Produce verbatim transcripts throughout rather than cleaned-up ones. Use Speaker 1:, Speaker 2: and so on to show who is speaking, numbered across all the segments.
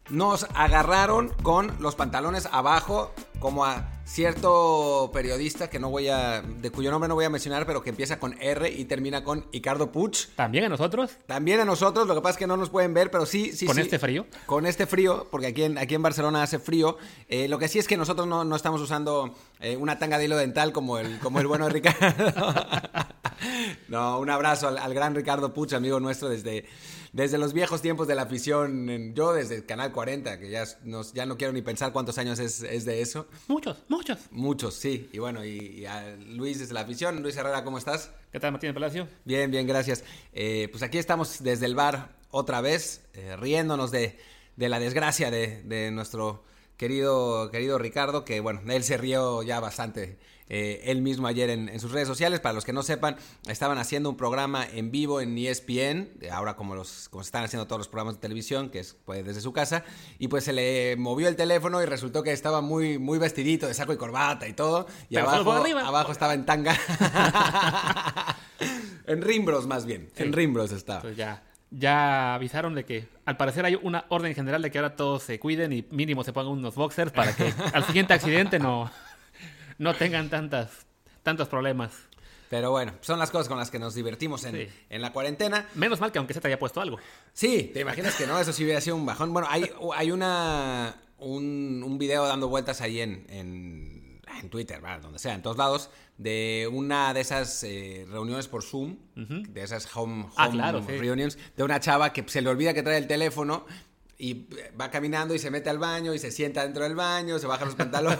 Speaker 1: nos agarraron con los pantalones abajo, como a cierto periodista que no voy a, de cuyo nombre no voy a mencionar, pero que empieza con R y termina con Ricardo Puig.
Speaker 2: ¿También a nosotros?
Speaker 1: También a nosotros, lo que pasa es que no nos pueden ver, pero sí, sí,
Speaker 2: ¿Con
Speaker 1: sí.
Speaker 2: este frío?
Speaker 1: Con este frío, porque aquí en, aquí en Barcelona hace frío. Eh, lo que sí es que nosotros no, no estamos usando eh, una tanga de hilo dental como el, como el bueno de Ricardo. No, un abrazo al, al gran Ricardo Puig, amigo nuestro desde... Desde los viejos tiempos de la afición, en, yo desde Canal cuarenta, que ya, nos, ya no quiero ni pensar cuántos años es, es de eso.
Speaker 2: Muchos, muchos.
Speaker 1: Muchos, sí. Y bueno, y, y a Luis desde la afición. Luis Herrera, ¿cómo estás?
Speaker 2: ¿Qué tal, Martín Palacio?
Speaker 1: Bien, bien, gracias. Eh, pues aquí estamos desde el bar otra vez, eh, riéndonos de, de la desgracia de, de nuestro querido, querido Ricardo, que bueno, él se rió ya bastante. Eh, él mismo ayer en, en sus redes sociales. Para los que no sepan, estaban haciendo un programa en vivo en E S P N, ahora como los como se están haciendo todos los programas de televisión, que es pues, desde su casa, y pues se le movió el teléfono y resultó que estaba muy, muy vestidito, de saco y corbata y todo, y
Speaker 2: Pero
Speaker 1: abajo,
Speaker 2: arriba.
Speaker 1: abajo estaba en tanga. En Rimbros más bien, sí. En Rimbros estaba.
Speaker 2: Pues ya, ya avisaron de que al parecer hay una orden general de que ahora todos se cuiden y mínimo se pongan unos boxers para que al siguiente accidente no... no tengan tantas, tantos problemas.
Speaker 1: Pero bueno, son las cosas con las que nos divertimos en, sí. en la cuarentena.
Speaker 2: Menos mal que aunque se te haya puesto algo.
Speaker 1: Sí, te imaginas que no, eso sí hubiera sido un bajón. Bueno, hay, hay una un, un video dando vueltas ahí en, en, en Twitter, ¿verdad? Donde sea, en todos lados, de una de esas eh, reuniones por Zoom, uh-huh. de esas home, home
Speaker 2: ah, claro, sí.
Speaker 1: reunions, de una chava que se le olvida que trae el teléfono. Y va caminando y se mete al baño y se sienta dentro del baño, se baja los pantalones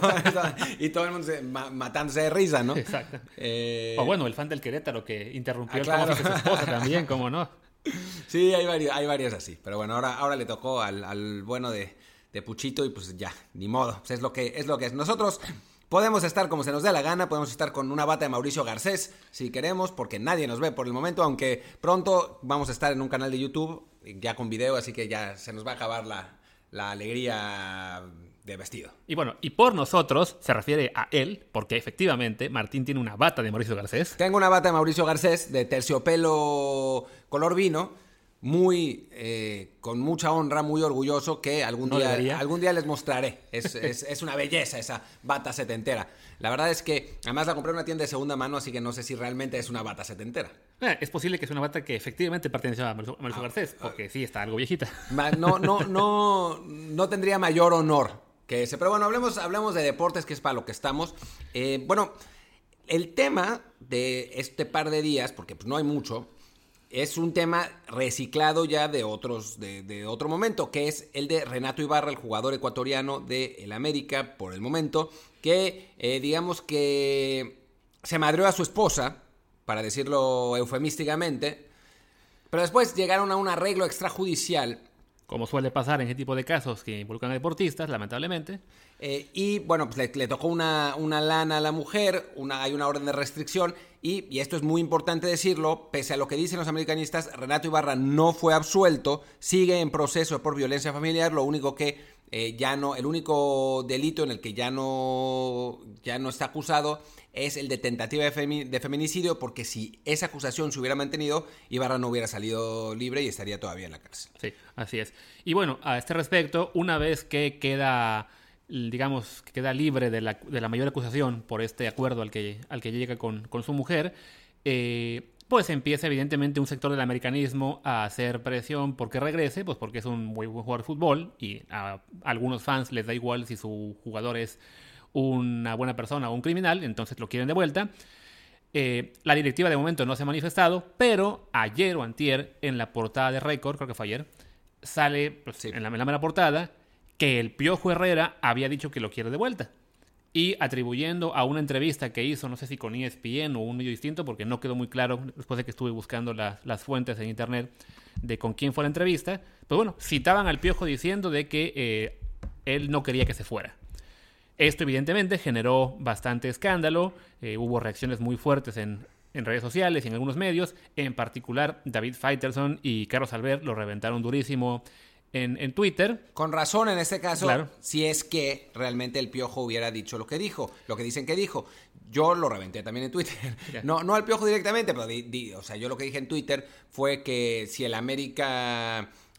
Speaker 1: y todo el mundo se, ma, matándose de risa, ¿no?
Speaker 2: Exacto.
Speaker 1: Eh...
Speaker 2: O bueno, el fan del Querétaro que interrumpió
Speaker 1: ah, claro.
Speaker 2: el trabajo de su esposa también, ¿cómo no?
Speaker 1: Sí, hay varios, hay varios así. Pero bueno, ahora, ahora le tocó al, al bueno de, de Puchito y pues ya, ni modo. Pues es lo que es. Lo que es. Nosotros podemos estar como se nos dé la gana, podemos estar con una bata de Mauricio Garcés si queremos, porque nadie nos ve por el momento, aunque pronto vamos a estar en un canal de YouTube ya con video, así que ya se nos va a acabar la, la alegría de vestido.
Speaker 2: Y bueno, y por nosotros se refiere a él, porque efectivamente Martín tiene una bata de Mauricio Garcés.
Speaker 1: Tengo una bata de Mauricio Garcés de terciopelo color vino, muy eh, con mucha honra, muy orgulloso, que algún
Speaker 2: no
Speaker 1: día algún día les mostraré. Es, es, es una belleza esa bata setentera. La verdad es que además la compré en una tienda de segunda mano, así que no sé si realmente es una bata setentera.
Speaker 2: Eh, es posible que sea una bata que efectivamente pertenece a Mauricio, Mauricio ah, Garcés, porque ah, sí está algo viejita.
Speaker 1: No, no, no, no tendría mayor honor que ese. Pero bueno, hablemos, hablemos de deportes, que es para lo que estamos. Eh, bueno, el tema de este par de días, porque pues no hay mucho, es un tema reciclado ya de otros de, de otro momento, que es el de Renato Ibarra, el jugador ecuatoriano de el América, por el momento, que eh, digamos que se madreó a su esposa, para decirlo eufemísticamente, pero después llegaron a un arreglo extrajudicial.
Speaker 2: Como suele pasar en ese tipo de casos que involucran a deportistas, lamentablemente.
Speaker 1: Eh, y bueno, pues le, le tocó una, una lana a la mujer, una, hay una orden de restricción, y, y esto es muy importante decirlo, pese a lo que dicen los americanistas, Renato Ibarra no fue absuelto, sigue en proceso por violencia familiar, lo único que eh, ya no, el único delito en el que ya no, ya no está acusado es el de tentativa de, femi- de feminicidio, porque si esa acusación se hubiera mantenido, Ibarra no hubiera salido libre y estaría todavía en la cárcel.
Speaker 2: Sí, así es. Y bueno, a este respecto, una vez que queda, digamos, que queda libre de la, de la mayor acusación por este acuerdo al que, al que llega con, con su mujer, eh, pues empieza evidentemente un sector del americanismo a hacer presión porque regrese, pues porque es un muy buen jugador de fútbol y a algunos fans les da igual si su jugador es una buena persona o un criminal, entonces lo quieren de vuelta. Eh, la directiva de momento no se ha manifestado, pero ayer o antier, en la portada de Record, creo que fue ayer, sale pues, sí. en, la, en la mera portada que el Piojo Herrera había dicho que lo quiere de vuelta. Y atribuyendo a una entrevista que hizo, no sé si con E S P N o un medio distinto, porque no quedó muy claro después de que estuve buscando la, las fuentes en internet de con quién fue la entrevista, pues bueno, citaban al Piojo diciendo de que eh, él no quería que se fuera. Esto evidentemente generó bastante escándalo, eh, hubo reacciones muy fuertes en, en redes sociales y en algunos medios, en particular David Faitelson y Carlos Albert lo reventaron durísimo en, en Twitter.
Speaker 1: Con razón en este caso,
Speaker 2: claro.
Speaker 1: Si es que realmente el Piojo hubiera dicho lo que dijo, lo que dicen que dijo. Yo lo reventé también en Twitter. Yeah. No, no al Piojo directamente, pero di, di, o sea, yo lo que dije en Twitter fue que si el América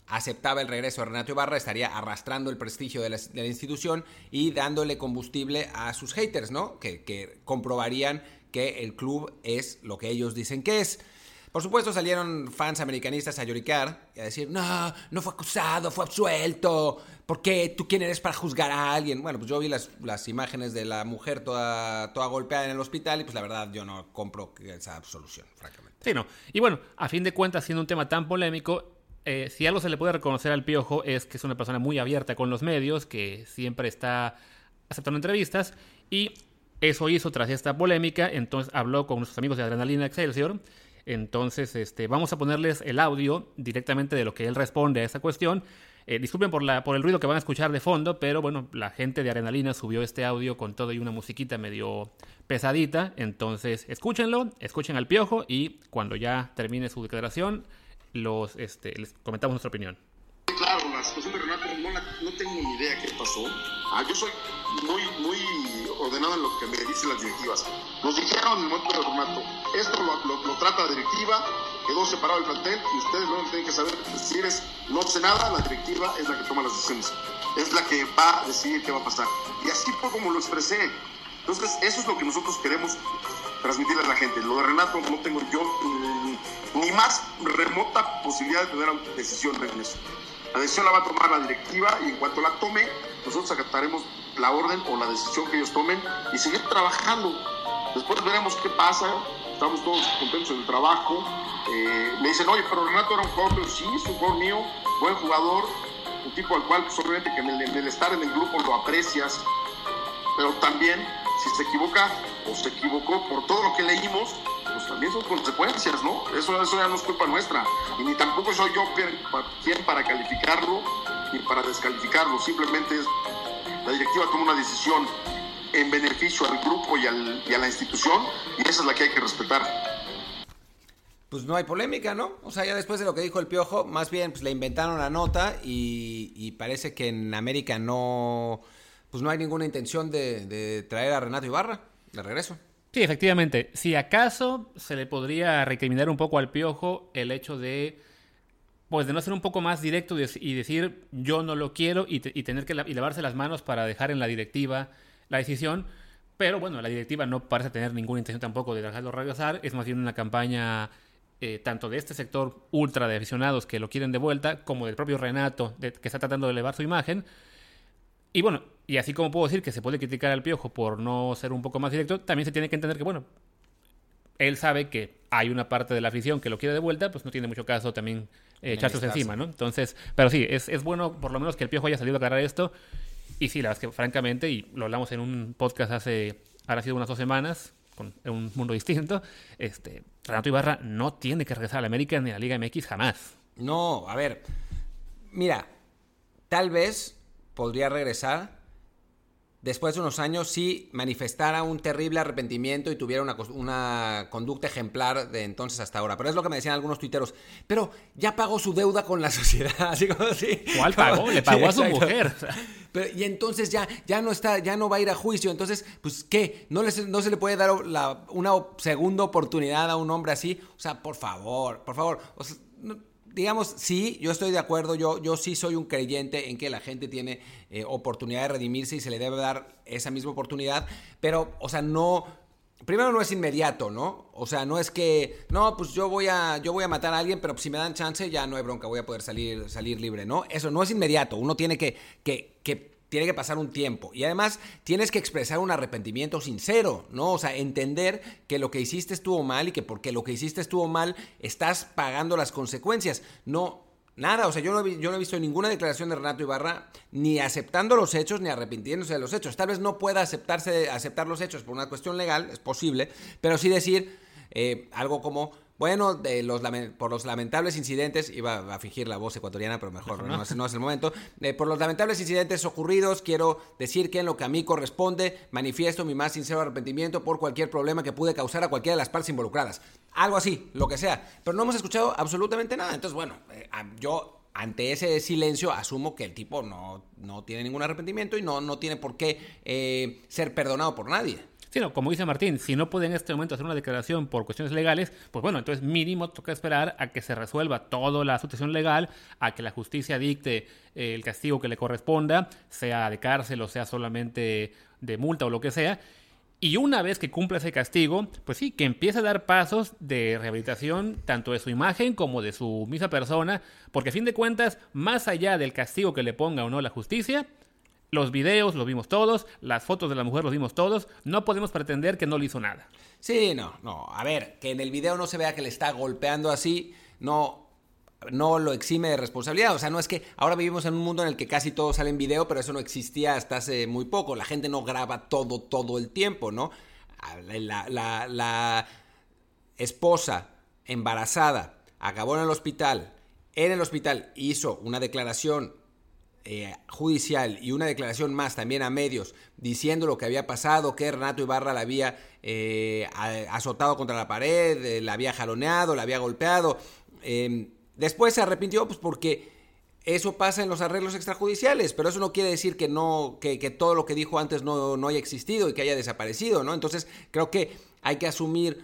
Speaker 1: aceptaba el regreso de Renato Ibarra, estaría arrastrando el prestigio de la, de la institución y dándole combustible a sus haters, ¿no? Que, que comprobarían que el club es lo que ellos dicen que es. Por supuesto salieron fans americanistas a lloricar y a decir, no, no fue acusado, fue absuelto, ¿por qué? ¿Tú quién eres para juzgar a alguien? Bueno, pues yo vi las, las imágenes de la mujer toda, toda golpeada en el hospital y pues la verdad yo no compro esa absolución, francamente.
Speaker 2: Sí, no. Y bueno, a fin de cuentas, siendo un tema tan polémico, eh, si algo se le puede reconocer al Piojo es que es una persona muy abierta con los medios, que siempre está aceptando entrevistas y eso hizo tras esta polémica, entonces habló con nuestros amigos de Adrenalina Excelsior. Entonces, este, vamos a ponerles el audio directamente de lo que él responde a esa cuestión. Eh, disculpen por, la, por el ruido que van a escuchar de fondo, pero bueno, la gente de Adrenalina subió este audio con todo y una musiquita medio pesadita. Entonces, escúchenlo, escuchen al Piojo y cuando ya termine su declaración, los, este, les comentamos nuestra opinión.
Speaker 3: Claro, la situación de Renato no, la, no tengo ni idea qué pasó. Ah, yo soy muy, muy ordenado en lo que me dicen las directivas. Nos dijeron en el momento de Renato, esto lo, lo, lo trata la directiva, quedó separado el plantel y ustedes luego tienen que saber, si eres no sé nada, la directiva es la que toma las decisiones, es la que va a decidir qué va a pasar. Y así fue como lo expresé. Entonces, eso es lo que nosotros queremos transmitirle a la gente. Lo de Renato no tengo yo ni, ni más remota posibilidad de tener una decisión en eso. La decisión la va a tomar la directiva y en cuanto la tome, nosotros acataremos la orden o la decisión que ellos tomen y seguir trabajando. Después veremos qué pasa. Estamos todos contentos en el trabajo. Eh, me dicen, oye, pero Renato era un jugador, pero sí, es un jugador mío, buen jugador, un tipo al cual, pues, obviamente, que en el, en el estar en el grupo lo aprecias, pero también, si se equivoca o se equivocó por todo lo que leímos, pues también son consecuencias, ¿no? Eso, eso ya no es culpa nuestra. Y ni tampoco soy yo quien para calificarlo ni para descalificarlo. Simplemente es la directiva toma una decisión en beneficio al grupo y, al, y a la institución, y esa es la que hay que respetar.
Speaker 1: Pues no hay polémica, ¿no? O sea, ya después de lo que dijo el Piojo, más bien pues le inventaron la nota y, y parece que en América no, pues no hay ninguna intención de, de traer a Renato Ibarra de regreso.
Speaker 2: Sí, efectivamente. Si acaso se le podría recriminar un poco al Piojo el hecho de, pues, de no ser un poco más directo y decir yo no lo quiero y, te, y tener que la, y lavarse las manos para dejar en la directiva la decisión. Pero bueno, la directiva no parece tener ninguna intención tampoco de dejarlo regresar. Es más bien una campaña eh, tanto de este sector ultra de aficionados que lo quieren de vuelta, como del propio Renato, de, que está tratando de elevar su imagen. Y bueno, y así como puedo decir que se puede criticar al Piojo por no ser un poco más directo, también se tiene que entender que, bueno, él sabe que hay una parte de la afición que lo quiere de vuelta, pues no tiene mucho caso también eh, echarse encima, ¿no? Entonces, pero sí, es, es bueno por lo menos que el Piojo haya salido a aclarar esto. Y sí, la verdad es que francamente, y lo hablamos en un podcast hace, ahora ha sido unas dos semanas, con un mundo distinto, este, Renato Ibarra no tiene que regresar a la América ni a la Liga M X jamás.
Speaker 1: No, a ver, mira, tal vez podría regresar después de unos años si manifestara un terrible arrepentimiento y tuviera una, una conducta ejemplar de entonces hasta ahora. Pero es lo que me decían algunos tuiteros. Pero ya pagó su deuda con la sociedad. Así como así.
Speaker 2: ¿Cuál pagó? Le pagó sí, a su exacto. mujer.
Speaker 1: Pero, y entonces ya, ya no está, ya no va a ir a juicio. Entonces, pues, ¿qué? ¿No, les, no se le puede dar la, una segunda oportunidad a un hombre así? O sea, por favor, por favor. O sea, no, digamos, sí, yo estoy de acuerdo, yo, yo sí soy un creyente en que la gente tiene eh, oportunidad de redimirse y se le debe dar esa misma oportunidad, pero, o sea, no, primero no es inmediato, ¿no? O sea, no es que, no, pues yo voy a, yo voy a matar a alguien, pero si me dan chance ya no hay bronca, voy a poder salir, salir libre, ¿no? Eso no es inmediato, uno tiene que, que, que tiene que pasar un tiempo. Y además tienes que expresar un arrepentimiento sincero, ¿no? O sea, entender que lo que hiciste estuvo mal y que porque lo que hiciste estuvo mal estás pagando las consecuencias. No, nada. O sea, yo no, he, yo no he visto ninguna declaración de Renato Ibarra ni aceptando los hechos ni arrepintiéndose de los hechos. Tal vez no pueda aceptarse, aceptar los hechos por una cuestión legal, es posible, pero sí decir eh, algo como... Bueno, de los, por los lamentables incidentes, iba a fingir la voz ecuatoriana, pero mejor, no, no, es, no es el momento. Eh, por los lamentables incidentes ocurridos, quiero decir que en lo que a mí corresponde, manifiesto mi más sincero arrepentimiento por cualquier problema que pude causar a cualquiera de las partes involucradas. Algo así, lo que sea. Pero no hemos escuchado absolutamente nada. Entonces, bueno, eh, yo... ante ese silencio asumo que el tipo no, no tiene ningún arrepentimiento y no, no tiene por qué eh, ser perdonado por nadie.
Speaker 2: Sí, no, como dice Martín, si no puede en este momento hacer una declaración por cuestiones legales, pues bueno, entonces mínimo toca esperar a que se resuelva toda la situación legal, a que la justicia dicte eh, el castigo que le corresponda, sea de cárcel o sea solamente de multa o lo que sea. Y una vez que cumpla ese castigo, pues sí, que empiece a dar pasos de rehabilitación tanto de su imagen como de su misma persona, porque a fin de cuentas, más allá del castigo que le ponga o no la justicia, los videos los vimos todos, las fotos de la mujer los vimos todos, no podemos pretender que no le hizo nada.
Speaker 1: Sí, no, no, a ver, que en el video no se vea que le está golpeando así, no, no lo exime de responsabilidad. O sea, no es que ahora vivimos en un mundo en el que casi todo sale en video, pero eso no existía hasta hace muy poco. La gente no graba todo, todo el tiempo, ¿no? La, la, la esposa embarazada acabó en el hospital, en el hospital hizo una declaración Eh, judicial y una declaración más también a medios diciendo lo que había pasado, que Renato Ibarra la había eh, azotado contra la pared, eh, la había jaloneado, la había golpeado. Eh, después se arrepintió pues porque eso pasa en los arreglos extrajudiciales, pero eso no quiere decir que no que, que todo lo que dijo antes no, no haya existido y que haya desaparecido, ¿no? Entonces creo que hay que asumir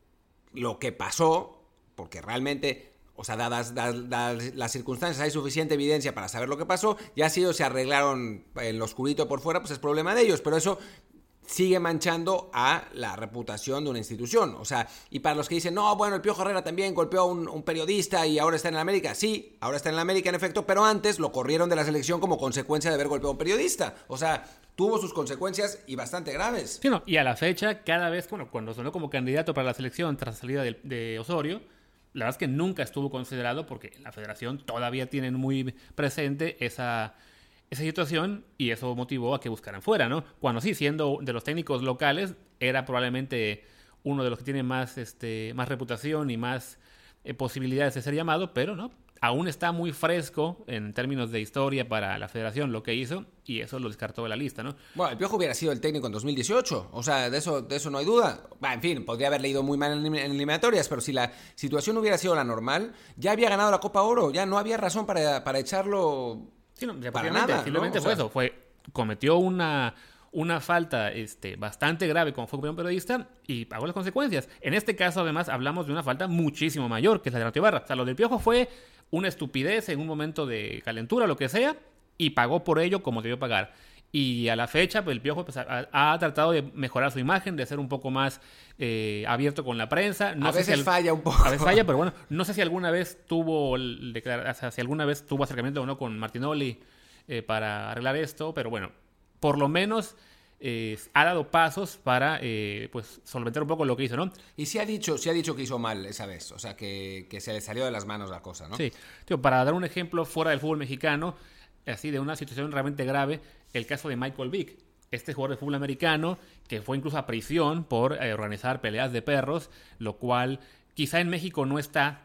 Speaker 1: lo que pasó, porque realmente... O sea, dadas, dadas, dadas las circunstancias, hay suficiente evidencia para saber lo que pasó. Ya si ellos se arreglaron en lo oscurito por fuera, pues es problema de ellos. Pero eso sigue manchando a la reputación de una institución. O sea, y para los que dicen, no, bueno, el Piojo Herrera también golpeó a un, un periodista y ahora está en la América. Sí, ahora está en la América, en efecto, pero antes lo corrieron de la selección como consecuencia de haber golpeado a un periodista. O sea, tuvo sus consecuencias y bastante graves.
Speaker 2: Sí, no, y a la fecha, cada vez, bueno, cuando sonó como candidato para la selección tras la salida de, de Osorio, la verdad es que nunca estuvo considerado porque la federación todavía tiene muy presente esa, esa situación y eso motivó a que buscaran fuera, ¿no? Cuando sí, siendo de los técnicos locales, era probablemente uno de los que tiene más, este, más reputación y más eh, posibilidades de ser llamado, pero no, aún está muy fresco en términos de historia para la federación lo que hizo y eso lo descartó de la lista, ¿no?
Speaker 1: Bueno, el Piojo hubiera sido el técnico en dos mil dieciocho, o sea, de eso, de eso no hay duda. Bah, en fin, podría haber leído muy mal en, en eliminatorias, pero si la situación hubiera sido la normal, ya había ganado la Copa Oro, ya no había razón para, para echarlo
Speaker 2: sí, no,
Speaker 1: para nada,
Speaker 2: simplemente
Speaker 1: ¿no?
Speaker 2: fue
Speaker 1: o sea,
Speaker 2: eso, fue, cometió una... una falta este, bastante grave como fue un periodista y pagó las consecuencias. En este caso, además, hablamos de una falta muchísimo mayor, que es la de Renato Ibarra. O sea, lo del Piojo fue una estupidez en un momento de calentura, lo que sea, y pagó por ello como debió pagar. Y a la fecha, pues el Piojo pues, ha, ha tratado de mejorar su imagen, de ser un poco más eh, abierto con la prensa. No
Speaker 1: a
Speaker 2: sé
Speaker 1: veces
Speaker 2: si al,
Speaker 1: falla un poco.
Speaker 2: A veces falla, pero bueno, no sé si alguna vez tuvo, o sea, si alguna vez tuvo acercamiento o no con Martinoli eh, para arreglar esto, pero bueno, por lo menos eh, ha dado pasos para eh, pues solventar un poco lo que hizo, ¿no?
Speaker 1: Y sí ha dicho, sí ha dicho que hizo mal esa vez, o sea, que, que se le salió de las manos la cosa, ¿no?
Speaker 2: Sí, tío, para dar un ejemplo fuera del fútbol mexicano, así de una situación realmente grave, el caso de Michael Vick, este jugador de fútbol americano que fue incluso a prisión por eh, organizar peleas de perros, lo cual quizá en México no está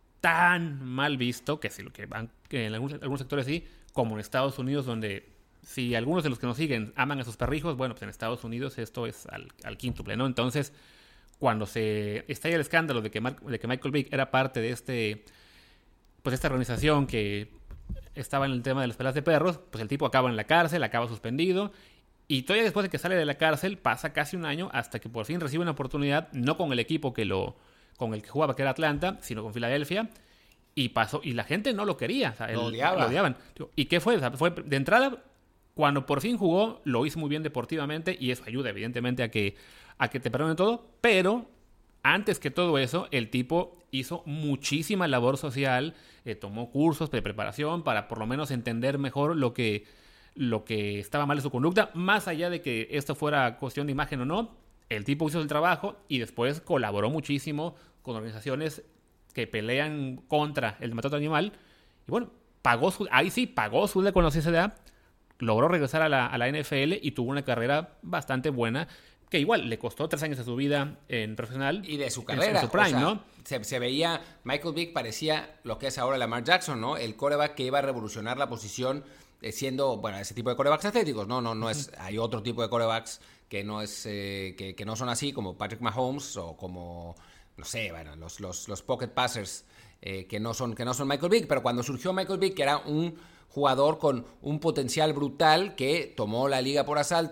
Speaker 2: tan mal visto, que, sí, que, que en algunos, algunos sectores sí, como en Estados Unidos, donde si algunos de los que nos siguen aman a sus perrijos, bueno, pues en Estados Unidos esto es al, al quíntuple, ¿no? Entonces, cuando se estalla el escándalo de que, Mar- de que Michael Vick era parte de este, pues esta organización que estaba en el tema de las peleas de perros, pues el tipo acaba en la cárcel, acaba suspendido, y todavía después de que sale de la cárcel pasa casi un año hasta que por fin recibe una oportunidad, no con el equipo que lo, con el que jugaba, que era Atlanta, sino con Filadelfia, y pasó, y la gente no lo quería, o sea,
Speaker 1: lo,
Speaker 2: él,
Speaker 1: odiaba.
Speaker 2: lo odiaban. ¿Y qué fue? O sea, fue de entrada, cuando por fin jugó, lo hizo muy bien deportivamente, y eso ayuda evidentemente a que, a que te perdonen todo, pero antes que todo eso, el tipo hizo muchísima labor social, eh, tomó cursos de preparación para por lo menos entender mejor lo que, lo que estaba mal en su conducta, más allá de que esto fuera cuestión de imagen o no, el tipo hizo el trabajo y después colaboró muchísimo con organizaciones que pelean contra el maltrato animal, y bueno, pagó su, ahí sí, pagó su deuda con la C C D A, logró regresar a la, a la N F L y tuvo una carrera bastante buena, que igual le costó tres años de su vida en profesional.
Speaker 1: Y de su carrera.
Speaker 2: En su prime,
Speaker 1: o sea,
Speaker 2: ¿no?
Speaker 1: Se, se veía, Michael Vick parecía lo que es ahora Lamar Jackson, ¿no? El quarterback que iba a revolucionar la posición eh, siendo, bueno, ese tipo de quarterbacks atléticos. No, no, no es, hay otro tipo de quarterbacks que no es, eh, que, que no son así, como Patrick Mahomes o como, no sé, bueno, los, los, los pocket passers eh, que no son, que no son Michael Vick. Pero cuando surgió Michael Vick, que era un jugador con un potencial brutal que tomó la liga por asalto,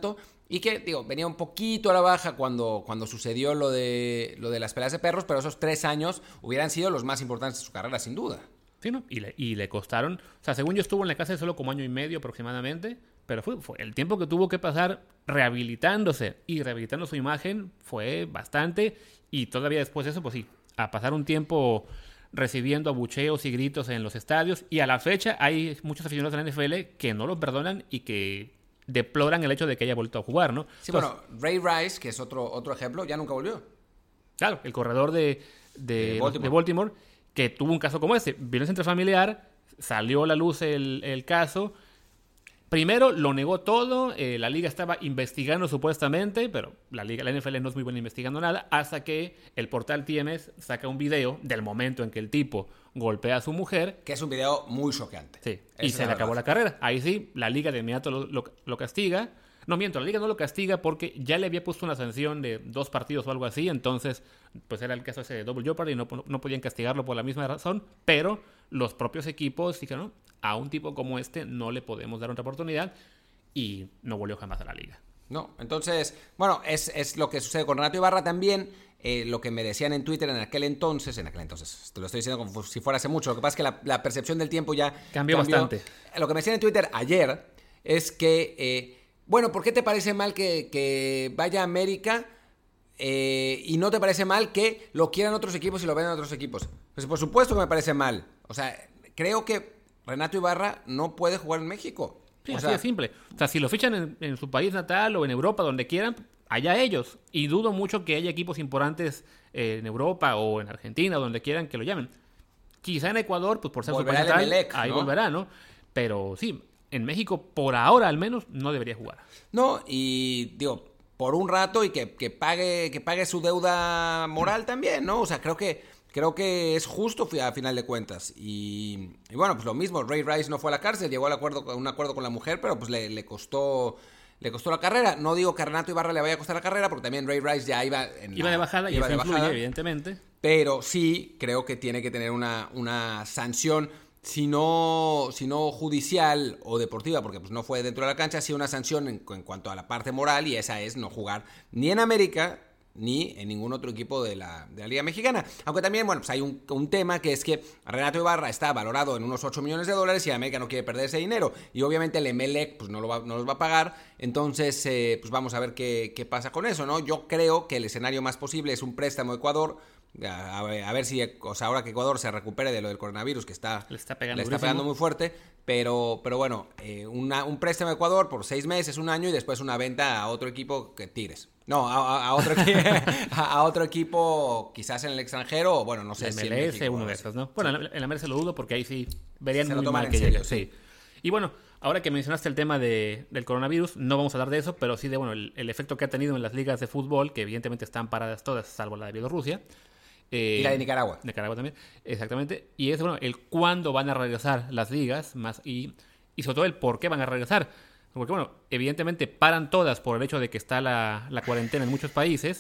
Speaker 1: Y que, digo, venía un poquito a la baja cuando, cuando sucedió lo de, lo de las peleas de perros, pero esos tres años hubieran sido los más importantes de su carrera, sin duda.
Speaker 2: Sí, ¿no? Y le, y le costaron, o sea, según yo estuvo en la cárcel solo como año y medio aproximadamente, pero fue, fue el tiempo que tuvo que pasar rehabilitándose y rehabilitando su imagen fue bastante, y todavía después de eso, pues sí, a pasar un tiempo recibiendo abucheos y gritos en los estadios, y a la fecha hay muchos aficionados de la N F L que no lo perdonan y que deploran el hecho de que haya vuelto a jugar, ¿no?
Speaker 1: Sí,
Speaker 2: Entonces,
Speaker 1: bueno, Ray Rice, que es otro, otro ejemplo, ya nunca volvió.
Speaker 2: claro, el corredor de, de,
Speaker 1: De Baltimore.
Speaker 2: de Baltimore, que tuvo un caso como este, violencia intrafamiliar, salió a la luz el, el caso. Primero lo negó todo, eh, la liga estaba investigando supuestamente, pero la liga, la N F L no es muy buena investigando nada, hasta que el portal T M S saca un video del momento en que el tipo golpea a su mujer.
Speaker 1: Que es un video muy choqueante.
Speaker 2: Sí,
Speaker 1: Esa
Speaker 2: y
Speaker 1: es
Speaker 2: se
Speaker 1: la
Speaker 2: le acabó
Speaker 1: verdad.
Speaker 2: la carrera. Ahí sí, la liga de inmediato lo, lo, lo castiga. No miento, la liga no lo castiga porque ya le había puesto una sanción de dos partidos o algo así, entonces pues era el caso ese de Double Jeopardy y no, no podían castigarlo por la misma razón, pero los propios equipos dijeron, no, a un tipo como este no le podemos dar otra oportunidad, y no volvió jamás a la liga.
Speaker 1: No, entonces, bueno, es, es lo que sucede con Renato Ibarra también. Eh, lo que me decían en Twitter en aquel entonces, en aquel entonces, te lo estoy diciendo como si fuera hace mucho, lo que pasa es que la, la percepción del tiempo ya
Speaker 2: Cambió bastante.
Speaker 1: Lo que me decían en Twitter ayer es que, eh, bueno, ¿por qué te parece mal que, que vaya a América eh, y no te parece mal que lo quieran otros equipos y lo vean otros equipos? Pues por supuesto que me parece mal. O sea, creo que Renato Ibarra no puede jugar en México.
Speaker 2: Sí,
Speaker 1: o
Speaker 2: así
Speaker 1: sea,
Speaker 2: de simple. O sea, si lo fichan en, en su país natal o en Europa, donde quieran, allá ellos. Y dudo mucho que haya equipos importantes eh, en Europa o en Argentina, donde quieran que lo llamen. Quizá en Ecuador, pues por ser
Speaker 1: Volverá
Speaker 2: su país natal,
Speaker 1: el Emelec,
Speaker 2: ahí
Speaker 1: ¿no?
Speaker 2: volverá, ¿no? Pero sí, en México, por ahora al menos, no debería jugar.
Speaker 1: No, y digo, por un rato y que, que pague que pague su deuda moral también, ¿no? O sea, creo que creo que es justo a final de cuentas. Y, y bueno, pues lo mismo, Ray Rice no fue a la cárcel, llegó al acuerdo, a un acuerdo con la mujer, pero pues le, le costó le costó la carrera. No digo que a Renato Ibarra le vaya a costar la carrera, porque también Ray Rice ya iba en
Speaker 2: Iba
Speaker 1: la,
Speaker 2: de bajada y
Speaker 1: iba
Speaker 2: eso
Speaker 1: de
Speaker 2: influye,
Speaker 1: bajada.
Speaker 2: evidentemente.
Speaker 1: Pero sí creo que tiene que tener una, una sanción, si no, si no judicial o deportiva, porque pues no fue dentro de la cancha, sí una sanción en, en cuanto a la parte moral, y esa es no jugar ni en América ni en ningún otro equipo de la, de la Liga Mexicana. Aunque también, bueno, pues hay un, un tema que es que Renato Ibarra está valorado en unos ocho millones de dólares y América no quiere perder ese dinero. Y obviamente el Emelec pues no, lo va, no los va a pagar. Entonces, eh, pues vamos a ver qué, qué pasa con eso, ¿no? Yo creo que el escenario más posible es un préstamo a Ecuador. A, a, ver, a ver si, o sea, ahora que Ecuador se recupere de lo del coronavirus, que está,
Speaker 2: Le está pegando,
Speaker 1: le está pegando muy fuerte, pero, pero bueno, eh, una, un préstamo a Ecuador por seis meses, un año, y después una venta a otro equipo que Tigres. No, a, a, otro, a, a otro equipo quizás en el extranjero, o bueno, no sé
Speaker 2: La
Speaker 1: si
Speaker 2: M L S,
Speaker 1: en México,
Speaker 2: uno de esos, ¿no? Bueno, en la M L S lo dudo porque ahí sí verían
Speaker 1: Se lo
Speaker 2: muy
Speaker 1: toman
Speaker 2: mal
Speaker 1: en
Speaker 2: que
Speaker 1: serio,
Speaker 2: llegue. Sí. Y bueno, ahora que mencionaste el tema de, del coronavirus, no vamos a hablar de eso, pero sí de bueno el, el efecto que ha tenido en las ligas de fútbol, que evidentemente están paradas todas, salvo la de Bielorrusia. Eh,
Speaker 1: y la de Nicaragua.
Speaker 2: Nicaragua también, exactamente. Y es bueno el cuándo van a regresar las ligas, más y, y sobre todo el por qué van a regresar. Porque bueno, evidentemente paran todas por el hecho de que está la, la cuarentena en muchos países.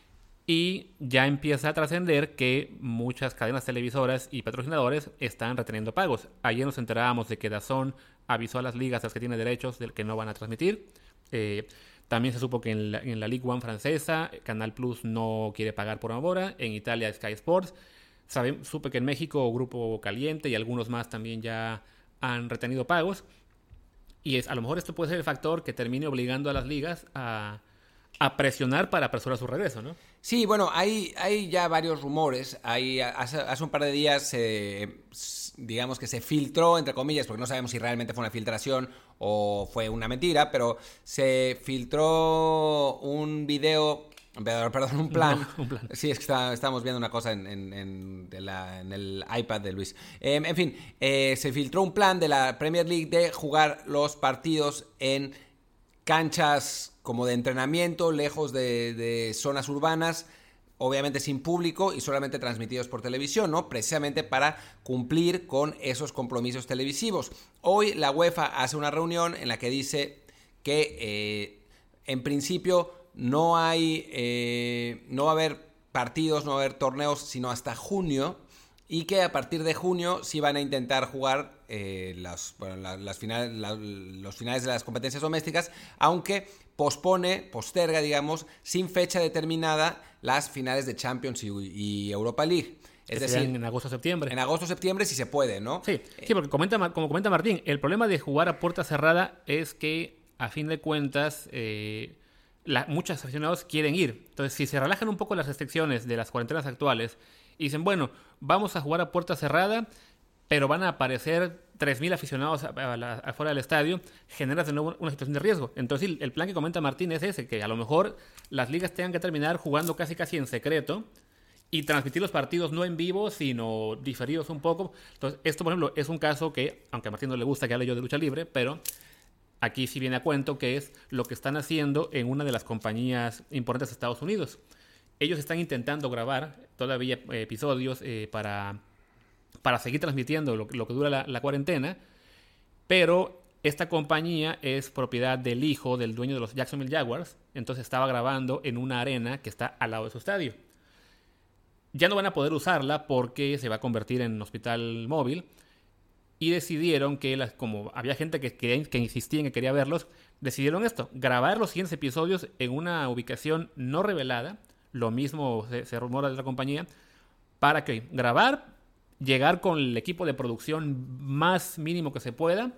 Speaker 2: Y ya empieza a trascender que muchas cadenas televisoras y patrocinadores están reteniendo pagos. Ayer nos enterábamos de que DAZN avisó a las ligas a las que tienen derechos del que no van a transmitir. Eh, también se supo que en la, en la Ligue uno francesa, Canal Plus no quiere pagar por ahora. En Italia, Sky Sports. Sabe, supe que en México, Grupo Caliente y algunos más también ya han retenido pagos. Y es, a lo mejor esto puede ser el factor que termine obligando a las ligas a... a presionar para apresurar su regreso, ¿no?
Speaker 1: Sí, bueno, hay, hay ya varios rumores. Hay, hace, hace un par de días, eh, digamos que se filtró, entre comillas, porque no sabemos si realmente fue una filtración o fue una mentira, pero se filtró un video, perdón, un plan.
Speaker 2: No, un plan.
Speaker 1: Sí, es que está, estamos viendo una cosa en, en, en, de la, en el iPad de Luis. Eh, en fin, eh, se filtró un plan de la Premier League de jugar los partidos en canchas como de entrenamiento, lejos de, de zonas urbanas, obviamente sin público y solamente transmitidos por televisión, ¿no? Precisamente para cumplir con esos compromisos televisivos. Hoy la UEFA hace una reunión en la que dice que eh, en principio no hay, eh, no va a haber partidos, no va a haber torneos, sino hasta junio. y que a partir de junio sí van a intentar jugar eh, las, bueno, la, las finales, la, los finales de las competencias domésticas, aunque pospone, posterga, digamos, sin fecha determinada las finales de Champions y, y Europa League. Es
Speaker 2: que
Speaker 1: decir,
Speaker 2: en agosto-septiembre.
Speaker 1: En agosto-septiembre si se puede, ¿no?
Speaker 2: Sí, sí, porque comenta, como comenta Martín, el problema de jugar a puerta cerrada es que, a fin de cuentas, eh, la, muchos aficionados quieren ir. Entonces, si se relajan un poco las restricciones de las cuarentenas actuales y dicen, bueno, vamos a jugar a puerta cerrada, pero van a aparecer tres mil aficionados a, a la, afuera del estadio, generas de nuevo una situación de riesgo. Entonces, el, el plan que comenta Martín es ese, que a lo mejor las ligas tengan que terminar jugando casi casi en secreto y transmitir los partidos no en vivo, sino diferidos un poco. Entonces, esto, por ejemplo, es un caso que, aunque a Martín no le gusta que hable yo de lucha libre, pero aquí sí viene a cuento, que es lo que están haciendo en una de las compañías importantes de Estados Unidos. Ellos están intentando grabar todavía eh, episodios eh, para, para seguir transmitiendo lo, lo que dura la, la cuarentena, pero esta compañía es propiedad del hijo del dueño de los Jacksonville Jaguars, entonces estaba grabando en una arena que está al lado de su estadio. Ya no van a poder usarla porque se va a convertir en hospital móvil, y decidieron que, las, como había gente que, que, que insistía en que quería verlos, decidieron esto, grabar los siguientes episodios en una ubicación no revelada. Lo mismo se, se rumora de la compañía, para que grabar, llegar con el equipo de producción más mínimo que se pueda,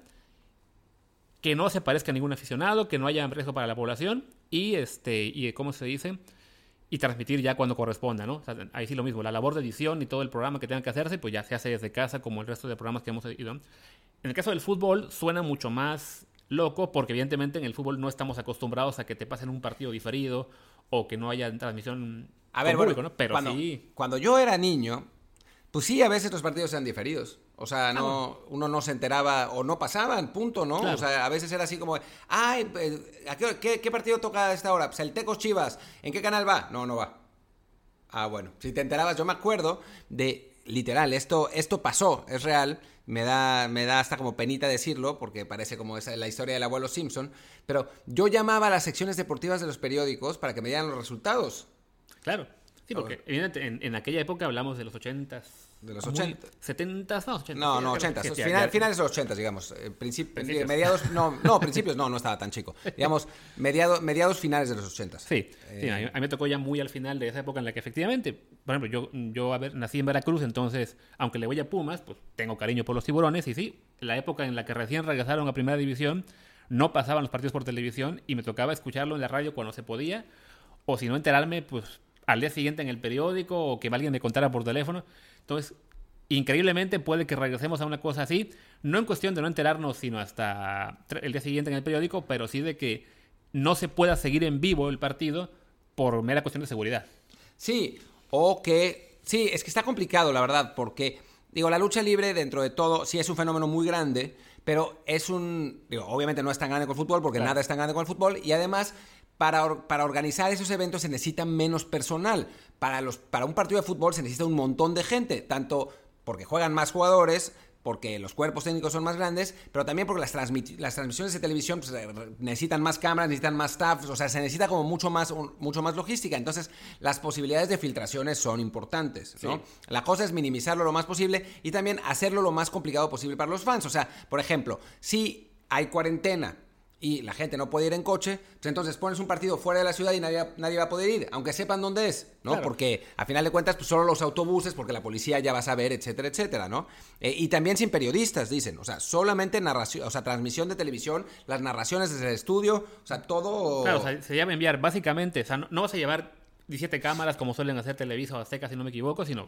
Speaker 2: que no se parezca a ningún aficionado, que no haya riesgo para la población, y, este, y ¿cómo se dice? Y transmitir ya cuando corresponda, ¿no? O sea, ahí sí lo mismo, la labor de edición y todo el programa que tenga que hacerse, pues ya se hace desde casa, como el resto de programas que hemos ido. En el caso del fútbol suena mucho más loco, porque evidentemente en el fútbol no estamos acostumbrados a que te pasen un partido diferido o que no haya transmisión
Speaker 1: a ver,
Speaker 2: con público,
Speaker 1: bueno,
Speaker 2: ¿no? Pero
Speaker 1: cuando,
Speaker 2: sí.
Speaker 1: Cuando yo era niño, pues sí, a veces los partidos eran diferidos. O sea, no, uno no se enteraba o no pasaban, punto, ¿no?
Speaker 2: Claro.
Speaker 1: O sea, a veces era así como, ay, ¿a qué, qué, qué partido toca a esta hora? Pues el Tecos Chivas. ¿En qué canal va? No, no va. Ah, bueno. Si te enterabas, yo me acuerdo de, literal, esto, esto pasó, es real. Me da, me da hasta como penita decirlo, porque parece como esa, la historia del abuelo Simpson. Pero yo llamaba a las secciones deportivas de los periódicos para que me dieran los resultados.
Speaker 2: Claro. Sí, porque evidentemente en, en aquella época hablamos de los ochentas.
Speaker 1: De los ochentas.
Speaker 2: setentas, no, ochentas.
Speaker 1: No, no, ochentas. Final, finales de los ochentas, digamos. Eh, princip- principios. Mediados, no, no, principios no, no estaba tan chico. Digamos, mediado, mediados finales de los ochentas.
Speaker 2: Sí, eh, sí a, mí, a mí me tocó ya muy al final de esa época en la que efectivamente, por ejemplo, yo, yo a ver, nací en Veracruz, entonces, aunque le voy a Pumas, pues tengo cariño por los Tiburones, y sí, la época en la que recién regresaron a Primera División, no pasaban los partidos por televisión y me tocaba escucharlo en la radio cuando se podía, o si no enterarme, pues al día siguiente en el periódico, o que alguien me contara por teléfono. Entonces, increíblemente puede que regresemos a una cosa así, no en cuestión de no enterarnos, sino hasta el día siguiente en el periódico, pero sí de que no se pueda seguir en vivo el partido por mera cuestión de seguridad.
Speaker 1: Sí, o que... Sí, es que está complicado, la verdad, porque, digo, la lucha libre, dentro de todo, sí es un fenómeno muy grande, pero es un... Digo, obviamente no es tan grande con el fútbol, porque claro, nada es tan grande con el fútbol, y además... Para, or, para organizar esos eventos se necesita menos personal. Para, los, para un partido de fútbol se necesita un montón de gente, tanto porque juegan más jugadores, porque los cuerpos técnicos son más grandes, pero también porque las, transmit, las transmisiones de televisión pues, necesitan más cámaras, necesitan más staff, o sea, se necesita como mucho más, un, mucho más logística. Entonces, las posibilidades de filtraciones son importantes, ¿no? Sí. La cosa es minimizarlo lo más posible y también hacerlo lo más complicado posible para los fans. O sea, por ejemplo, si hay cuarentena y la gente no puede ir en coche, pues entonces pones un partido fuera de la ciudad y nadie, nadie va a poder ir, aunque sepan dónde es, ¿no? Claro. Porque a final de cuentas, pues solo los autobuses, porque la policía ya va a saber, etcétera, etcétera, ¿no? Eh, y también sin periodistas, dicen, o sea, solamente narración, o sea, transmisión de televisión, las narraciones desde el estudio, o sea, todo...
Speaker 2: Claro, o sea, se llama enviar, básicamente, o sea, no, no vas a llevar diecisiete cámaras como suelen hacer Televisa o Azteca, si no me equivoco, sino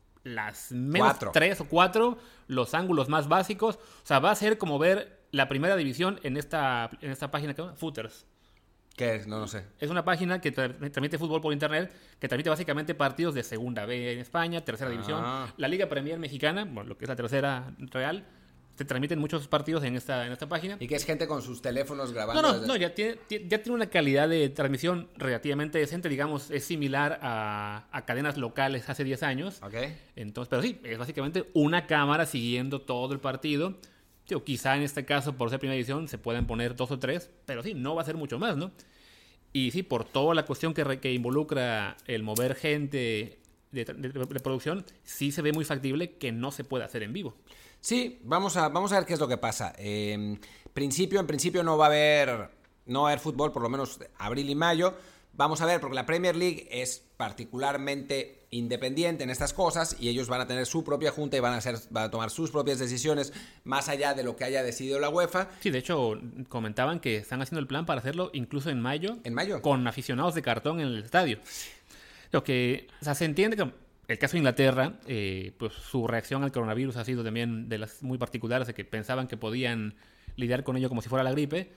Speaker 2: las menos cuatro. tres o cuatro, los ángulos más básicos, o sea, va a ser como ver la primera división en esta, en esta página que se llama Footers.
Speaker 1: ¿Qué es? No lo sé.
Speaker 2: Es una página que tra- transmite fútbol por internet, que transmite básicamente partidos de segunda B en España, tercera ah. división. La Liga Premier Mexicana, bueno, lo que es la tercera real, se transmiten muchos partidos en esta, en esta página.
Speaker 1: ¿Y que es gente con sus teléfonos grabando?
Speaker 2: No, no,
Speaker 1: desde...
Speaker 2: no ya, tiene, ya tiene una calidad de transmisión relativamente decente, digamos, es similar a, a cadenas locales hace diez años.
Speaker 1: Ok.
Speaker 2: Entonces, pero sí, es básicamente una cámara siguiendo todo el partido. Tío, quizá en este caso, por ser primera edición, se puedan poner dos o tres, pero sí, no va a ser mucho más, ¿no? Y sí, por toda la cuestión que, re, que involucra el mover gente de, de, de producción, sí se ve muy factible que no se pueda hacer en vivo.
Speaker 1: Sí, vamos a, vamos a ver qué es lo que pasa. Eh, principio, en principio no va a haber, no va a haber fútbol, por lo menos abril y mayo. Vamos a ver, porque la Premier League es particularmente independiente en estas cosas y ellos van a tener su propia junta y van a, hacer, van a tomar sus propias decisiones más allá de lo que haya decidido la UEFA.
Speaker 2: Sí, de hecho, comentaban que están haciendo el plan para hacerlo incluso en mayo.
Speaker 1: En mayo.
Speaker 2: Con aficionados de cartón en el estadio. Lo que, o sea, se entiende que el caso de Inglaterra, eh, pues su reacción al coronavirus ha sido también de las muy particulares, de que pensaban que podían lidiar con ello como si fuera la gripe.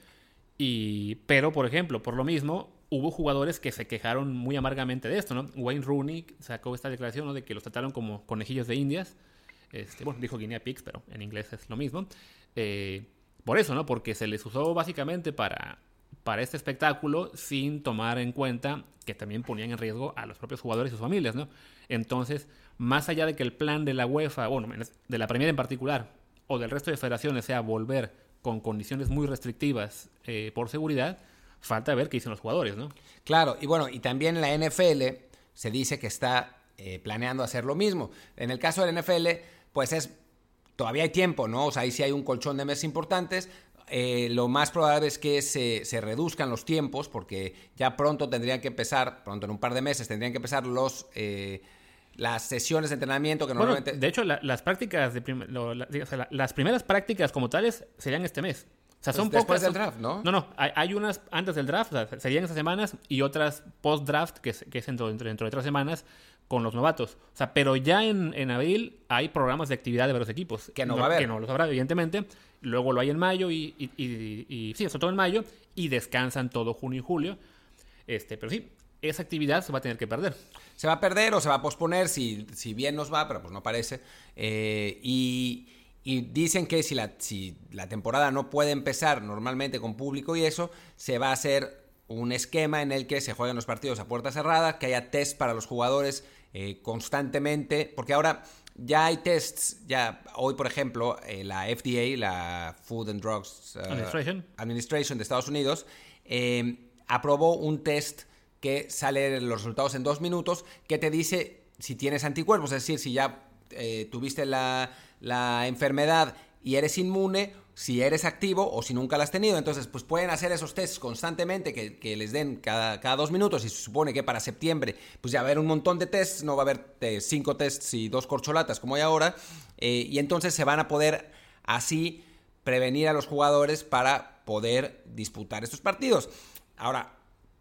Speaker 2: Y, pero, por ejemplo, por lo mismo, hubo jugadores que se quejaron muy amargamente de esto, ¿no? Wayne Rooney sacó esta declaración, ¿no?, de que los trataron como conejillos de indias. Este, bueno, dijo guinea pigs, pero en inglés es lo mismo. Eh, por eso, ¿no? Porque se les usó básicamente para, para este espectáculo sin tomar en cuenta que también ponían en riesgo a los propios jugadores y sus familias, ¿no? Entonces, más allá de que el plan de la UEFA, bueno, de la Premier en particular, o del resto de federaciones sea volver con condiciones muy restrictivas eh, por seguridad, falta ver qué dicen los jugadores, ¿no?
Speaker 1: Claro, y bueno, y también la N F L se dice que está eh, planeando hacer lo mismo. En el caso de la N F L, pues es todavía hay tiempo, ¿no? O sea, ahí sí hay un colchón de meses importantes. Eh, lo más probable es que se, se reduzcan los tiempos, porque ya pronto tendrían que empezar, pronto en un par de meses, tendrían que empezar los... Eh, las sesiones de entrenamiento que
Speaker 2: bueno,
Speaker 1: normalmente...
Speaker 2: De hecho, la, las prácticas, de prim... lo, la, o sea, la, las primeras prácticas como tales serían este mes. O sea, son
Speaker 1: pues después
Speaker 2: pocas,
Speaker 1: del draft, ¿no?
Speaker 2: No, no, hay, hay unas antes del draft, o sea, serían esas semanas, y otras post-draft, que es, que es dentro, dentro de tres semanas, con los novatos. O sea, pero ya en, en abril hay programas de actividad de varios equipos.
Speaker 1: Que no, no va a haber.
Speaker 2: Que no los habrá, evidentemente. Luego lo hay en mayo, y, y, y, y, y sí, sobre todo en mayo, y descansan todo junio y julio. Este, pero sí, esa actividad se va a tener que perder.
Speaker 1: Se va a perder o se va a posponer, si, si bien nos va, pero pues no parece. Eh, y, y dicen que si la, si la temporada no puede empezar normalmente con público y eso, se va a hacer un esquema en el que se jueguen los partidos a puerta cerrada, que haya test para los jugadores eh, constantemente, porque ahora ya hay tests. Ya hoy, por ejemplo, eh, la F D A, la Food and Drugs uh,
Speaker 2: Administration.
Speaker 1: Administration de Estados Unidos, eh, aprobó un test que sale los resultados en dos minutos, que te dice si tienes anticuerpos, es decir, si ya eh, tuviste la, la enfermedad y eres inmune, si eres activo o si nunca la has tenido. Entonces, pues pueden hacer esos tests constantemente, que, que les den cada, cada dos minutos, y se supone que para septiembre pues ya va a haber un montón de tests, no va a haber eh, cinco tests y dos corcholatas como hay ahora, eh, y entonces se van a poder así prevenir a los jugadores para poder disputar estos partidos. Ahora,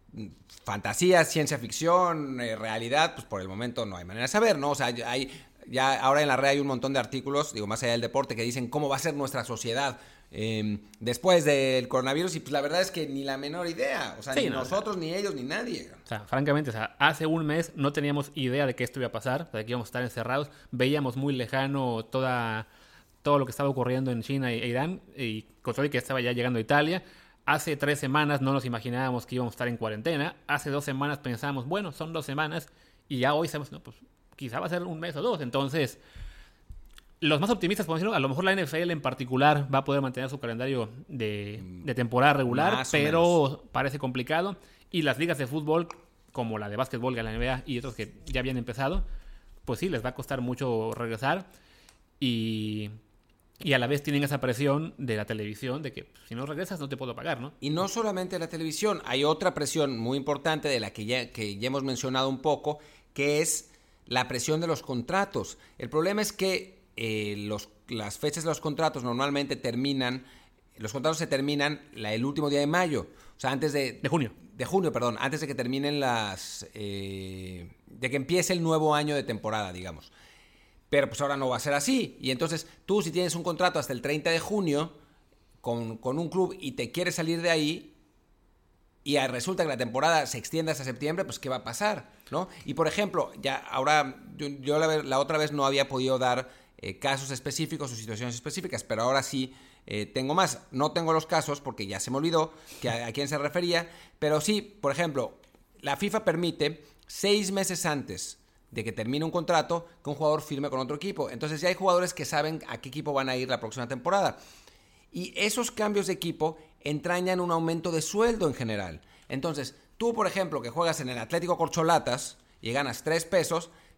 Speaker 1: fantasía, ciencia ficción, eh, realidad, pues por el momento no hay manera de saber, ¿no? O sea, hay, ya ahora en la red hay un montón de artículos, digo, más allá del deporte, que dicen cómo va a ser nuestra sociedad eh, después del coronavirus, y pues la verdad es que ni la menor idea, o sea, sí, ni no, nosotros, o sea, ni ellos, ni nadie.
Speaker 2: O sea, francamente, o sea, hace un mes no teníamos idea de que esto iba a pasar, de que íbamos a estar encerrados, veíamos muy lejano toda, todo lo que estaba ocurriendo en China e Irán, y con todo que estaba ya llegando a Italia. Hace tres semanas no nos imaginábamos que íbamos a estar en cuarentena. Hace dos semanas pensábamos, bueno, son dos semanas. Y ya hoy sabemos, no, pues quizá va a ser un mes o dos. Entonces, los más optimistas, por decirlo, a lo mejor la N F L en particular va a poder mantener su calendario de, de temporada regular, más pero parece complicado. Y las ligas de fútbol, como la de básquetbol, la N B A y otros que ya habían empezado, pues sí, les va a costar mucho regresar. Y... Y a la vez tienen esa presión de la televisión de que pues, si no regresas no te puedo pagar, ¿no?
Speaker 1: Y no solamente la televisión, hay otra presión muy importante de la que ya, que ya hemos mencionado un poco, que es la presión de los contratos. El problema es que eh, los, las fechas de los contratos normalmente terminan, los contratos se terminan la, el último día de mayo, o sea, antes de...
Speaker 2: De junio.
Speaker 1: De junio, perdón, antes de que terminen las... Eh, de que empiece el nuevo año de temporada, digamos. Pero pues ahora no va a ser así. Y entonces tú, si tienes un contrato hasta el treinta de junio con, con un club y te quieres salir de ahí y resulta que la temporada se extiende hasta septiembre, pues ¿qué va a pasar? ¿No? Y por ejemplo, ya ahora yo, yo la, la otra vez no había podido dar eh, casos específicos o situaciones específicas, pero ahora sí eh, tengo más. No tengo los casos porque ya se me olvidó que a, a quién se refería, pero sí, por ejemplo, la FIFA permite seis meses antes de que termine un contrato que un jugador firme con otro equipo. Entonces ya hay jugadores que saben a qué equipo van a ir la próxima temporada. Y esos cambios de equipo entrañan un aumento de sueldo en general. Entonces, tú, por ejemplo, que juegas en el Atlético Corcholatas y ganas tres pesos,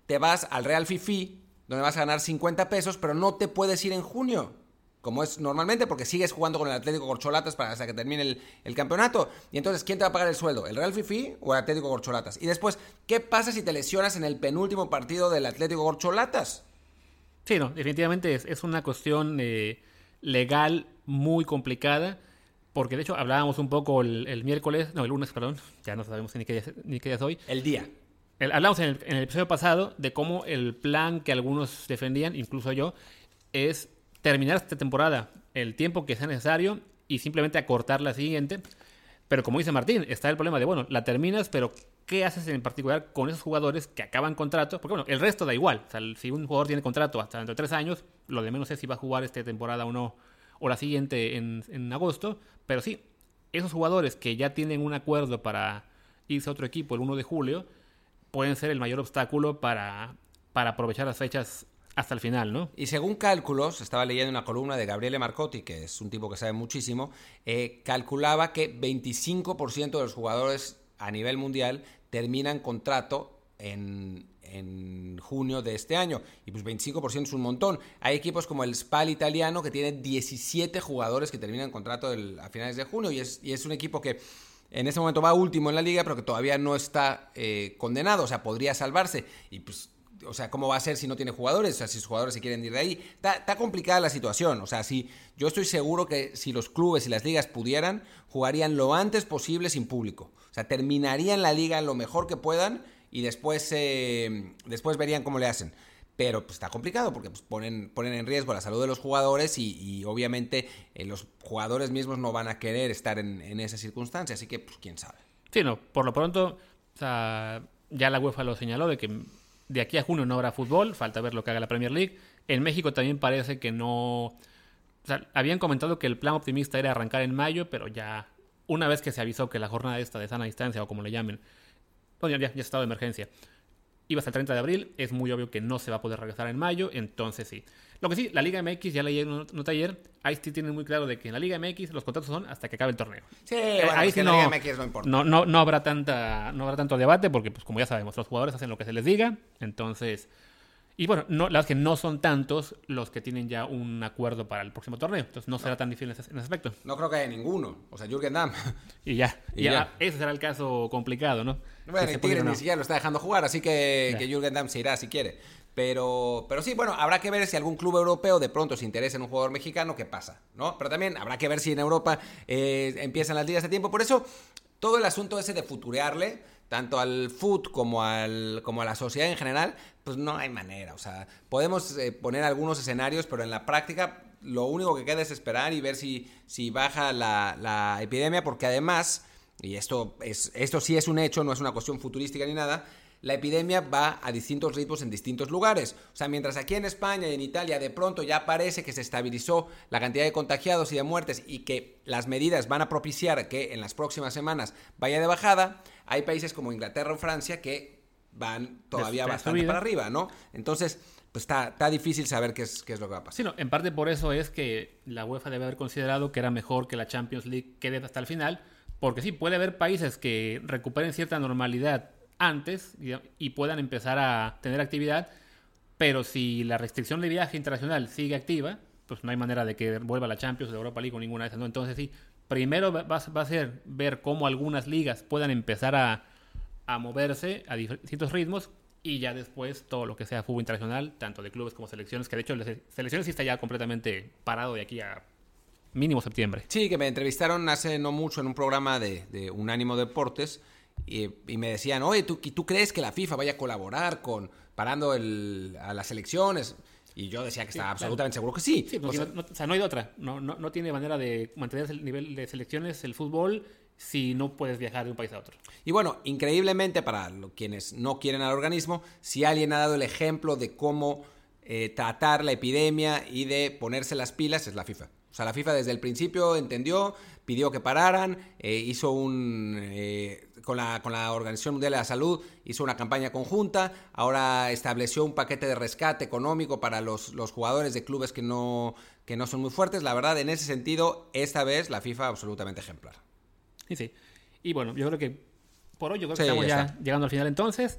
Speaker 1: te vas al Real Fifi, donde vas a ganar cincuenta pesos, pero no te puedes ir en junio, como es normalmente, porque sigues jugando con el Atlético Corcholatas para hasta que termine el, el campeonato. Y entonces, ¿quién te va a pagar el sueldo? ¿El Real Fifi o el Atlético Corcholatas? Y después, ¿qué pasa si te lesionas en el penúltimo partido del Atlético Corcholatas?
Speaker 2: Sí, no, definitivamente es, es una cuestión eh, legal muy complicada, porque de hecho hablábamos un poco el, el miércoles, no, el lunes, perdón, ya no sabemos ni qué día, ni qué día es hoy.
Speaker 1: El día.
Speaker 2: El, hablamos en el, en el episodio pasado de cómo el plan que algunos defendían, incluso yo, es terminar esta temporada el tiempo que sea necesario y simplemente acortar la siguiente. Pero como dice Martín, está el problema de, bueno, la terminas, pero ¿qué haces en particular con esos jugadores que acaban contrato? Porque bueno, el resto da igual. O sea, si un jugador tiene contrato hasta dentro de tres años, lo de menos es si va a jugar esta temporada o no, o la siguiente en, en agosto. Pero sí, esos jugadores que ya tienen un acuerdo para irse a otro equipo el uno de julio, pueden ser el mayor obstáculo para, para aprovechar las fechas hasta el final, ¿no?
Speaker 1: Y según cálculos, estaba leyendo una columna de Gabriele Marcotti, que es un tipo que sabe muchísimo, eh, calculaba que veinticinco por ciento de los jugadores a nivel mundial terminan contrato en, en junio de este año. Y pues veinticinco por ciento es un montón. Hay equipos como el Spal italiano que tiene diecisiete jugadores que terminan contrato el, a finales de junio y es, y es un equipo que en ese momento va último en la liga, pero que todavía no está eh, condenado, o sea, podría salvarse. Y pues, o sea, ¿cómo va a ser si no tiene jugadores? O sea, si sus jugadores se quieren ir de ahí. Está, está complicada la situación. O sea, si, yo estoy seguro que si los clubes y las ligas pudieran, jugarían lo antes posible sin público. O sea, terminarían la liga lo mejor que puedan y después, eh, después verían cómo le hacen. Pero pues está complicado porque pues, ponen, ponen en riesgo la salud de los jugadores y, y obviamente eh, los jugadores mismos no van a querer estar en, en esa circunstancia. Así que, pues, quién sabe.
Speaker 2: Sí, no, por lo pronto, o sea, ya la UEFA lo señaló de que de aquí a junio no habrá fútbol, falta ver lo que haga la Premier League. En México también parece que no... O sea, habían comentado que el plan optimista era arrancar en mayo, pero ya una vez que se avisó que la jornada esta de sana distancia, o como le llamen, bueno, ya, ya estado de emergencia, iba hasta el treinta de abril, es muy obvio que no se va a poder regresar en mayo, entonces sí. Lo que sí, la Liga M X, ya leí una nota ayer, ahí sí tienen muy claro de que en la Liga M X los contratos son hasta que acabe el torneo.
Speaker 1: Sí, eh, bueno,
Speaker 2: ahí
Speaker 1: pues
Speaker 2: sí
Speaker 1: que
Speaker 2: no,
Speaker 1: la Liga M X no importa.
Speaker 2: No, no, no, habrá tanta, no habrá tanto debate porque, pues como ya sabemos, los jugadores hacen lo que se les diga, entonces... Y bueno, no, la verdad es que no son tantos los que tienen ya un acuerdo para el próximo torneo, entonces no, no. será tan difícil en ese, en ese aspecto.
Speaker 1: No creo que haya ninguno, o sea, Jürgen Damm.
Speaker 2: Y ya,
Speaker 1: y
Speaker 2: ya,
Speaker 1: ya,
Speaker 2: ese será el caso complicado, ¿no?
Speaker 1: Bueno, el Tigre
Speaker 2: no.
Speaker 1: ni siquiera lo está dejando jugar, así que,
Speaker 2: ya.
Speaker 1: que Jürgen Damm se irá si quiere. Pero, pero sí, bueno, habrá que ver si algún club europeo de pronto se interesa en un jugador mexicano, qué pasa, ¿no? Pero también habrá que ver si en Europa eh, empiezan las ligas a tiempo. Por eso, todo el asunto ese de futurearle, tanto al fut como, al, como a la sociedad en general, pues no hay manera. O sea, podemos eh, poner algunos escenarios, pero en la práctica lo único que queda es esperar y ver si, si baja la, la epidemia, porque además, y esto, es, esto sí es un hecho, no es una cuestión futurística ni nada, la epidemia va a distintos ritmos en distintos lugares. O sea, mientras aquí en España y en Italia de pronto ya parece que se estabilizó la cantidad de contagiados y de muertes y que las medidas van a propiciar que en las próximas semanas vaya de bajada, hay países como Inglaterra o Francia que van todavía
Speaker 2: Está
Speaker 1: bastante
Speaker 2: subida.
Speaker 1: para arriba, ¿no? Entonces, pues está, está difícil saber qué es, qué es lo que va a pasar.
Speaker 2: Sí, no, en parte por eso es que la UEFA debe haber considerado que era mejor que la Champions League quede hasta el final, porque sí, puede haber países que recuperen cierta normalidad antes y, y puedan empezar a tener actividad, pero si la restricción de viaje internacional sigue activa, pues no hay manera de que vuelva la Champions, la Europa League o ninguna de esas, ¿no? Entonces sí, primero va, va a ser ver cómo algunas ligas puedan empezar a, a moverse a distintos ritmos y ya después todo lo que sea fútbol internacional, tanto de clubes como selecciones, que de hecho las selecciones sí está ya completamente parado de aquí a mínimo septiembre.
Speaker 1: Sí, que me entrevistaron hace no mucho en un programa de, de Unánimo Deportes y, y me decían, oye, ¿tú, ¿tú crees que la FIFA vaya a colaborar con parando el, a las selecciones? Y yo decía que estaba sí, absolutamente claro. seguro que sí.
Speaker 2: Sí, pues, o, sea, no, no, o sea, no hay de otra. No, no, no tiene manera de mantener el nivel de selecciones, el fútbol, si no puedes viajar de un país a otro.
Speaker 1: Y bueno, increíblemente para lo, quienes no quieren al organismo, si alguien ha dado el ejemplo de cómo eh, tratar la epidemia y de ponerse las pilas, es la FIFA. O sea, la FIFA desde el principio entendió, pidió que pararan, eh, hizo un... Eh, con la, con la Organización Mundial de la Salud, hizo una campaña conjunta, ahora estableció un paquete de rescate económico para los, los jugadores de clubes que no, que no son muy fuertes. La verdad, en ese sentido, esta vez la FIFA absolutamente ejemplar.
Speaker 2: Sí, sí. Y bueno, yo creo que por hoy yo creo que
Speaker 1: sí,
Speaker 2: estamos
Speaker 1: ya,
Speaker 2: ya llegando al final entonces.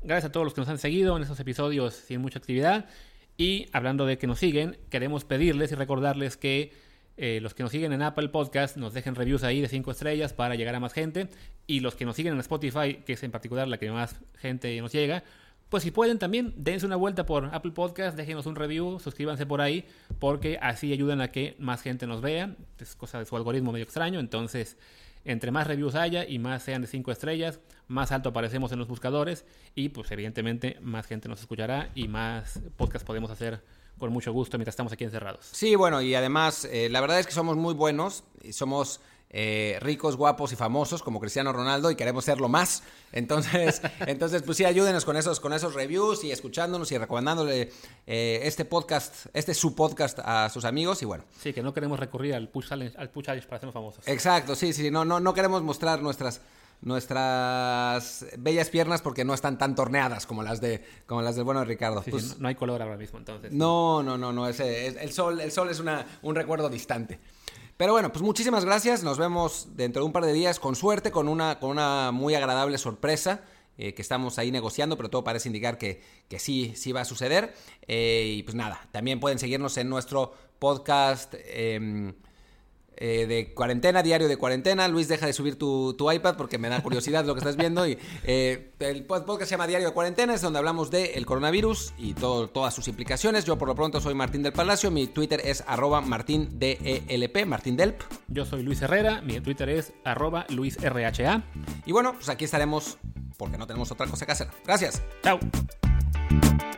Speaker 2: gracias a todos los que nos han seguido en estos episodios sin mucha actividad. Y hablando de que nos siguen, queremos pedirles y recordarles que eh, los que nos siguen en Apple Podcast nos dejen reviews ahí de cinco estrellas para llegar a más gente. Y los que nos siguen en Spotify, que es en particular la que más gente nos llega, pues si pueden también, dense una vuelta por Apple Podcast, déjenos un review, suscríbanse por ahí, porque así ayudan a que más gente nos vea. Es cosa de su algoritmo medio extraño, entonces entre más reviews haya y más sean de cinco estrellas, más alto aparecemos en los buscadores y pues evidentemente más gente nos escuchará y más podcast podemos hacer con mucho gusto mientras estamos aquí encerrados.
Speaker 1: Sí, bueno, y además eh, la verdad es que somos muy buenos y somos eh, ricos, guapos y famosos como Cristiano Ronaldo y queremos serlo más. Entonces, entonces pues sí, ayúdenos con esos, con esos reviews y escuchándonos y recomendándole eh, este podcast, este su podcast a sus amigos y bueno.
Speaker 2: Sí, que no queremos recurrir al push challenge, al push challenge para hacernos famosos.
Speaker 1: Exacto, sí, sí, no, no, no queremos mostrar nuestras nuestras bellas piernas porque no están tan torneadas como las de como las del bueno de Ricardo.
Speaker 2: Sí,
Speaker 1: pues,
Speaker 2: sí, no, no hay color ahora mismo, entonces.
Speaker 1: No, no, no, no, ese, es, el sol, el sol es una, un recuerdo distante. Pero bueno, pues muchísimas gracias. Nos vemos dentro de un par de días, con suerte, con una, con una muy agradable sorpresa eh, que estamos ahí negociando, pero todo parece indicar que, que sí, sí va a suceder. Eh, y pues nada, también pueden seguirnos en nuestro podcast eh, eh, de cuarentena, diario de cuarentena. Luis, deja de subir tu, tu iPad porque me da curiosidad lo que estás viendo. Y eh, el podcast se llama Diario de Cuarentena, es donde hablamos del coronavirus y todo, todas sus implicaciones. Yo por lo pronto soy Martín del Palacio, mi Twitter es arroba martindelp, Martín Delp.
Speaker 2: Yo soy Luis Herrera, mi Twitter es arroba luisrha.
Speaker 1: Y bueno, pues aquí estaremos porque no tenemos otra cosa que hacer. Gracias.
Speaker 2: Chao.